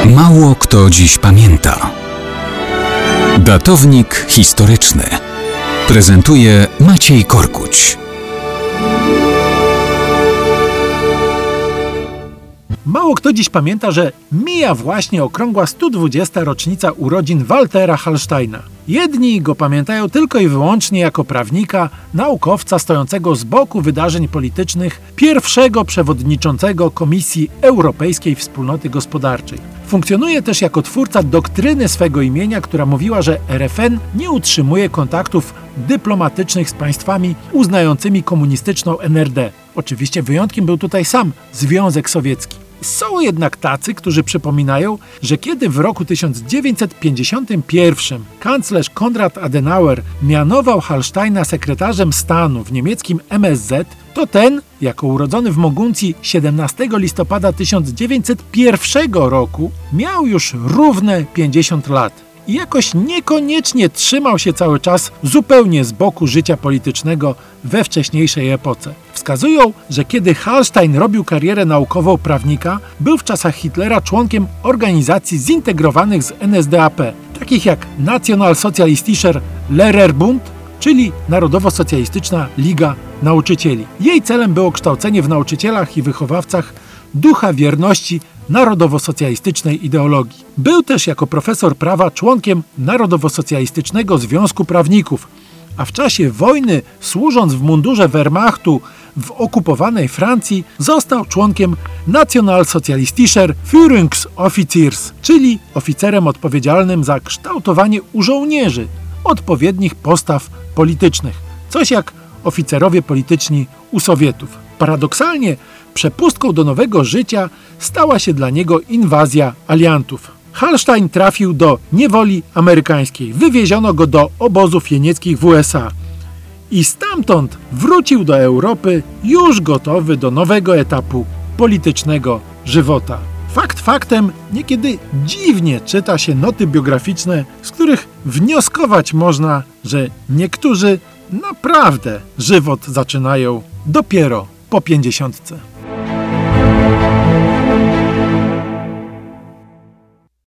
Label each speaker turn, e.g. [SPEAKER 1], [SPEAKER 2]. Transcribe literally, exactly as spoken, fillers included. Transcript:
[SPEAKER 1] Mało kto dziś pamięta. Datownik historyczny prezentuje Maciej Korkuć.
[SPEAKER 2] Mało kto dziś pamięta, że mija właśnie okrągła sto dwudziesta rocznica urodzin Waltera Hallsteina. Jedni go pamiętają tylko i wyłącznie jako prawnika, naukowca stojącego z boku wydarzeń politycznych, pierwszego przewodniczącego Komisji Europejskiej Wspólnoty Gospodarczej. Funkcjonuje też jako twórca doktryny swego imienia, która mówiła, że R F N nie utrzymuje kontaktów dyplomatycznych z państwami uznającymi komunistyczną N R D. Oczywiście wyjątkiem był tutaj sam Związek Sowiecki. Są jednak tacy, którzy przypominają, że kiedy w roku tysiąc dziewięćset pięćdziesiątym pierwszym kanclerz Konrad Adenauer mianował Hallsteina sekretarzem stanu w niemieckim M S Z, to ten, jako urodzony w Moguncji siedemnastego listopada tysiąc dziewięćset pierwszego roku, miał już równe pięćdziesiąt lat. I jakoś niekoniecznie trzymał się cały czas zupełnie z boku życia politycznego we wcześniejszej epoce. Wskazują, że kiedy Hallstein robił karierę naukową prawnika, był w czasach Hitlera członkiem organizacji zintegrowanych z N S D A P, takich jak Nationalsozialistischer Lehrerbund, czyli Narodowo-Socjalistyczna Liga Nauczycieli. Jej celem było kształcenie w nauczycielach i wychowawcach ducha wierności narodowo-socjalistycznej ideologii. Był też jako profesor prawa członkiem Narodowo-Socjalistycznego Związku Prawników, a w czasie wojny, służąc w mundurze Wehrmachtu w okupowanej Francji, został członkiem Nationalsozialistischer Führungsoffiziers, czyli oficerem odpowiedzialnym za kształtowanie u żołnierzy odpowiednich postaw politycznych. Coś jak oficerowie polityczni u Sowietów. Paradoksalnie przepustką do nowego życia stała się dla niego inwazja aliantów. Hallstein trafił do niewoli amerykańskiej. Wywieziono go do obozów jenieckich w U S A. I stamtąd wrócił do Europy już gotowy do nowego etapu politycznego żywota. Fakt faktem, niekiedy dziwnie czyta się noty biograficzne, z których wnioskować można, że niektórzy naprawdę żywot zaczynają dopiero po pięćdziesiątce.